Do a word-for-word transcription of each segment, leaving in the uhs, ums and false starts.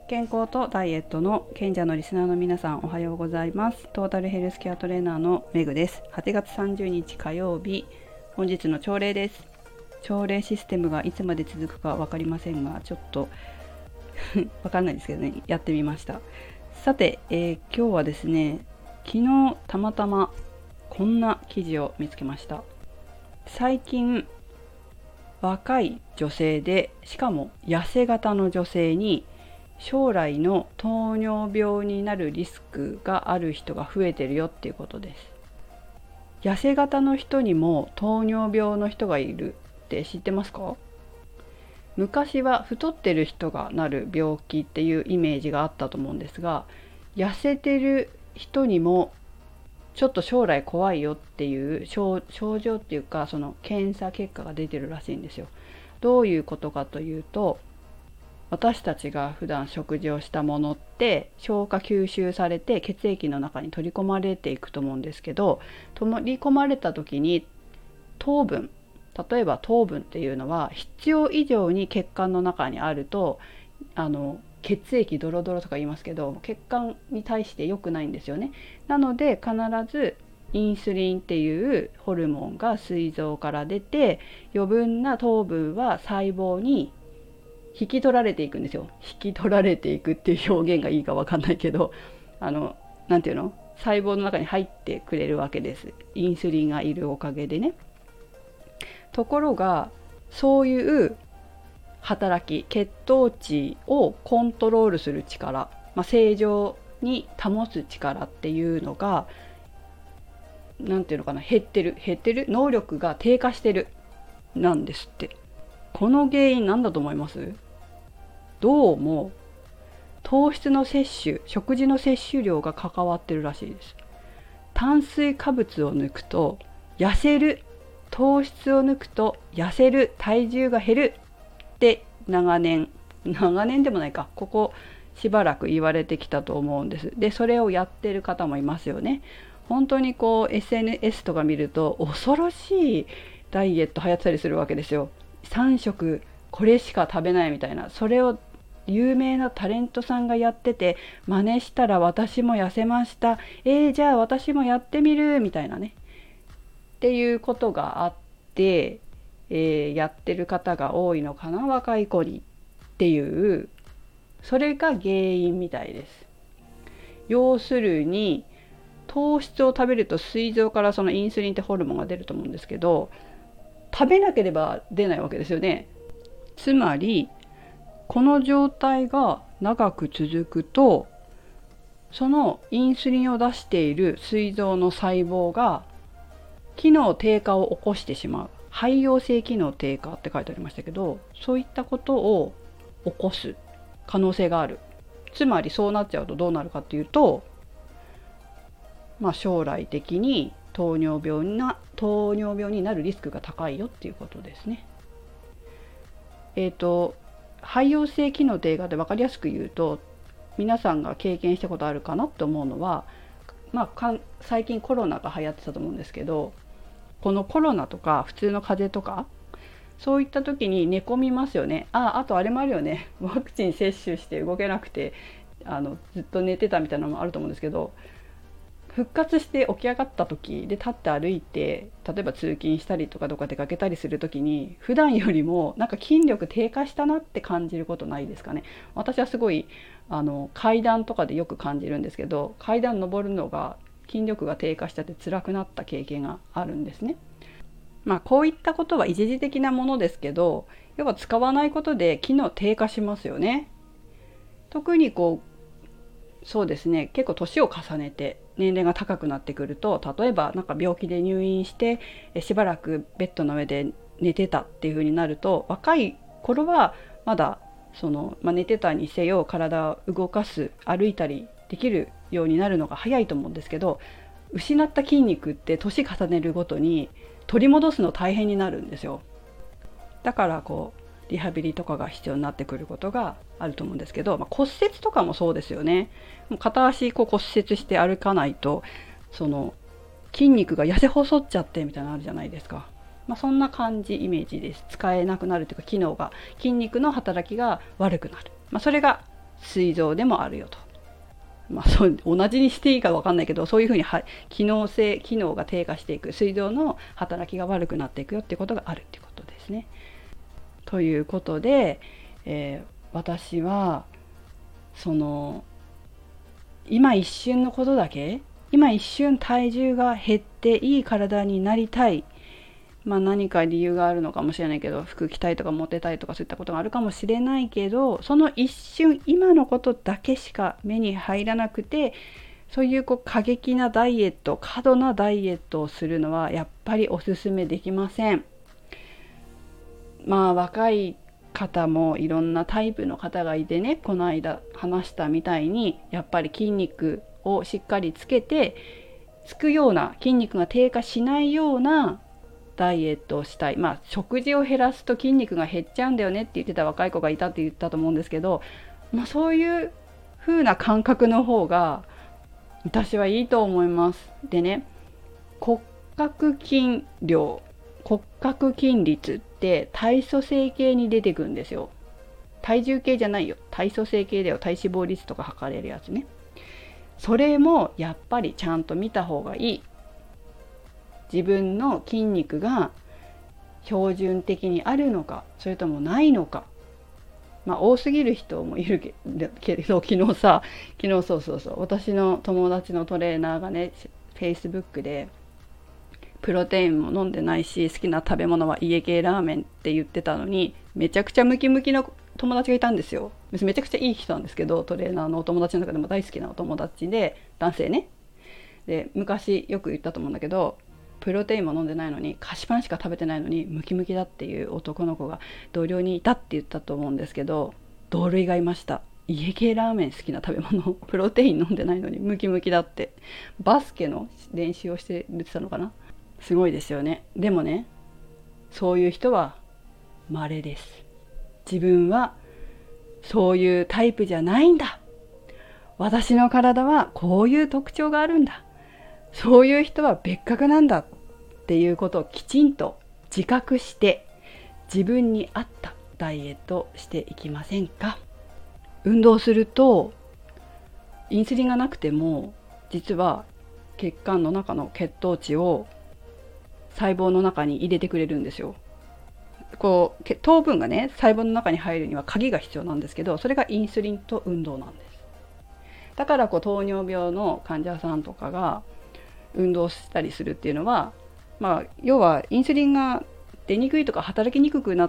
健康とダイエットの賢者のリスナーの皆さん、おはようございます。トータルヘルスケアトレーナーのメグです。はちがつさんじゅうにち火曜日、本日の朝礼です。朝礼システムがいつまで続くか分かりませんが、ちょっと分かんないですけどね、やってみました。さて、えー、今日はですね、昨日たまたまこんな記事を見つけました。最近若い女性で、しかも痩せ型の女性に将来の糖尿病になるリスクがある人が増えてるよっていうことです。痩せ型の人にも糖尿病の人がいるって知ってますか？昔は太ってる人がなる病気っていうイメージがあったと思うんですが、痩せてる人にもちょっと将来怖いよっていう症状っていうか、その検査結果が出てるらしいんですよ。どういうことかというと、私たちが普段食事をしたものって消化吸収されて血液の中に取り込まれていくと思うんですけど、取り込まれた時に糖分、例えば糖分っていうのは必要以上に血管の中にあると、あの血液ドロドロとか言いますけど、血管に対して良くないんですよね。なので必ずインスリンっていうホルモンが膵臓から出て、余分な糖分は細胞に引き取られていくんですよ。引き取られていくっていう表現がいいか分かんないけど、あのなんていうの、細胞の中に入ってくれるわけです。インスリンがいるおかげでね。ところがそういう働き、血糖値をコントロールする力、まあ、正常に保つ力っていうのが、なんていうのかな、減ってる減ってる能力が低下してるなんですって。この原因なんだと思います？どうも糖質の摂取、食事の摂取量が関わってるらしいです。炭水化物を抜くと痩せる、糖質を抜くと痩せる、体重が減るって長年長年でもないか、ここしばらく言われてきたと思うんです。で、それをやってる方もいますよね。本当にこう エスエヌエス とか見ると恐ろしいダイエット流行ってたりするわけですよ。さん食これしか食べないみたいな、それを有名なタレントさんがやってて、真似したら私も痩せました、えー、じゃあ私もやってみるみたいなね、っていうことがあって、えー、やってる方が多いのかな、若い子にっていう、それが原因みたいです。要するに糖質を食べると膵臓からそのインスリンってホルモンが出ると思うんですけど、食べなければ出ないわけですよね。つまりこの状態が長く続くと、そのインスリンを出している膵臓の細胞が機能低下を起こしてしまう。肺陽性機能低下って書いてありましたけど、そういったことを起こす可能性がある。つまりそうなっちゃうとどうなるかっていうと、まあ、将来的に糖尿病な糖尿病になるリスクが高いよっていうことですね。えっと肺陽性機能低下で分かりやすく言うと、皆さんが経験したことあるかなと思うのは、まあ、最近コロナが流行ってたと思うんですけど、このコロナとか普通の風邪とか、そういった時に寝込みますよね。あ、あとあれもあるよね、ワクチン接種して動けなくてあのずっと寝てたみたいなのもあると思うんですけど、復活して起き上がった時で立って歩いて、例えば通勤したりとかどっか出かけたりする時に、普段よりもなんか筋力低下したなって感じることないですかね。私はすごいあの階段とかでよく感じるんですけど、階段登るのが筋力が低下しちゃって辛くなった経験があるんですね。まあこういったことは一時的なものですけど、要は使わないことで機能低下しますよね。特にこうそうですね、結構年を重ねて年齢が高くなってくると、例えばなんか病気で入院してしばらくベッドの上で寝てたっていう風になると、若い頃はまだその、まあ、寝てたにせよ体を動かす、歩いたりできるようになるのが早いと思うんですけど、失った筋肉って年重ねるごとに取り戻すの大変になるんですよ。だからこうリハビリとかが必要になってくることがあると思うんですけど、まあ、骨折とかもそうですよね。もう片足こう骨折して歩かないと、その筋肉が痩せ細っちゃってみたいなのあるじゃないですか。まあ、そんな感じ、イメージです。使えなくなるというか、機能が、筋肉の働きが悪くなる、まあ、それが膵臓でもあるよと。まあ、そう同じにしていいか分かんないけど、そういうふうには機能性機能が低下していく、膵臓の働きが悪くなっていくよっていうことがあるっていうことですね。ということで、えー、私はその今一瞬のことだけ、今一瞬体重が減っていい体になりたい、まあ何か理由があるのかもしれないけど、服着たいとかモテたいとかそういったことがあるかもしれないけど、その一瞬今のことだけしか目に入らなくて、そういうこう過激なダイエット、過度なダイエットをするのはやっぱりおすすめできません。まあ若い方もいろんなタイプの方がいてね、この間話したみたいにやっぱり筋肉をしっかりつけて、つくような、筋肉が低下しないようなダイエットをしたい。まあ食事を減らすと筋肉が減っちゃうんだよねって言ってた若い子がいたって言ったと思うんですけど、まあ、そういう風な感覚の方が私はいいと思います。でね、骨格筋量、骨格筋率って体組成計に出てくるんですよ。体重計じゃないよ、体組成計だよ。体脂肪率とか測れるやつね。それもやっぱりちゃんと見た方がいい。自分の筋肉が標準的にあるのか、それともないのか。まあ多すぎる人もいるけど、昨日さ昨日そうそうそう私の友達のトレーナーがね、Facebook でプロテインも飲んでないし、好きな食べ物は家系ラーメンって言ってたのに、めちゃくちゃムキムキの友達がいたんですよ。めちゃくちゃいい人なんですけど、トレーナーのお友達の中でも大好きなお友達で、男性ね。で昔よく言ったと思うんだけど、プロテインも飲んでないのに、菓子パンしか食べてないのにムキムキだっていう男の子が同僚にいたって言ったと思うんですけど、同類がいました。家系ラーメン好きな食べ物、プロテイン飲んでないのにムキムキだって。バスケの練習をしてるって言ってたのかな。すごいですよね。でもね、そういう人は稀です。自分はそういうタイプじゃないんだ、私の体はこういう特徴があるんだ、そういう人は別格なんだっていうことをきちんと自覚して、自分に合ったダイエットをしていきませんか。運動するとインスリンがなくても、実は血管の中の血糖値を細胞の中に入れてくれるんですよ。こう糖分がね、細胞の中に入るには鍵が必要なんですけど、それがインスリンと運動なんです。だからこう糖尿病の患者さんとかが運動したりするっていうのは、まあ要はインスリンが出にくいとか働きにくくなって、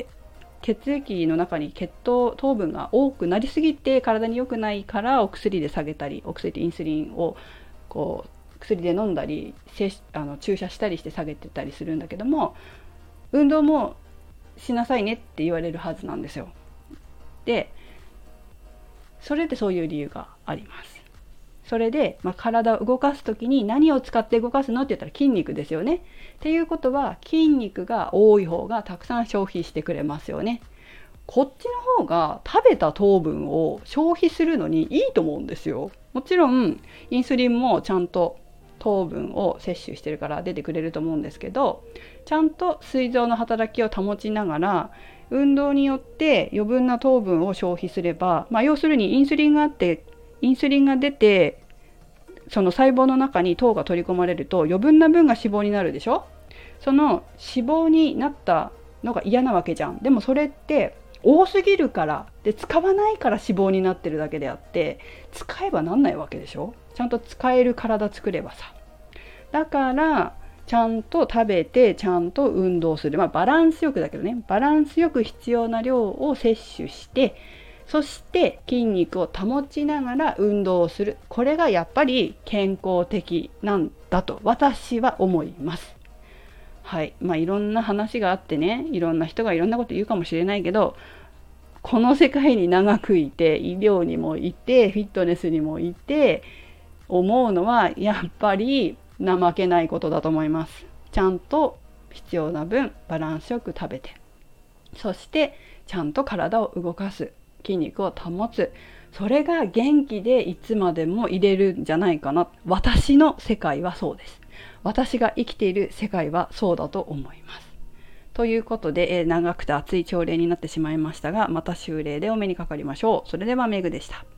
血液の中に血糖糖分が多くなりすぎて体に良くないから、お薬で下げたり、お薬でインスリンをこう薬で飲んだり、あの注射したりして下げてたりするんだけども、運動もしなさいねって言われるはずなんですよ。で、それでそういう理由があります。それで、まあ、体を動かすときに何を使って動かすのって言ったら筋肉ですよね。っていうことは、筋肉が多い方がたくさん消費してくれますよね。こっちの方が食べた糖分を消費するのにいいと思うんですよ。もちろんインスリンもちゃんと糖分を摂取してるから出てくれると思うんですけど、ちゃんと膵臓の働きを保ちながら、運動によって余分な糖分を消費すれば、まあ、要するにインスリンがあって、インスリンが出て、その細胞の中に糖が取り込まれると余分な分が脂肪になるでしょ。その脂肪になったのが嫌なわけじゃん。でもそれって多すぎるからで、使わないから脂肪になってるだけであって、使えばなんないわけでしょ。ちゃんと使える体作ればさ。だからちゃんと食べて、ちゃんと運動する、まあ、バランスよくだけどね、バランスよく必要な量を摂取して、そして筋肉を保ちながら運動をする。これがやっぱり健康的なんだと私は思います。はい、まあいろんな話があってね、いろんな人がいろんなこと言うかもしれないけど、この世界に長くいて、医療にもいて、フィットネスにもいて思うのは、やっぱり怠けないことだと思います。ちゃんと必要な分バランスよく食べて、そしてちゃんと体を動かす、筋肉を保つ、それが元気でいつまでもいれるんじゃないかな。私の世界はそうです。私が生きている世界はそうだと思います。 ということで、えー長くて熱い朝礼になってしまいましたが、また修礼でお目にかかりましょう。それではメグでした。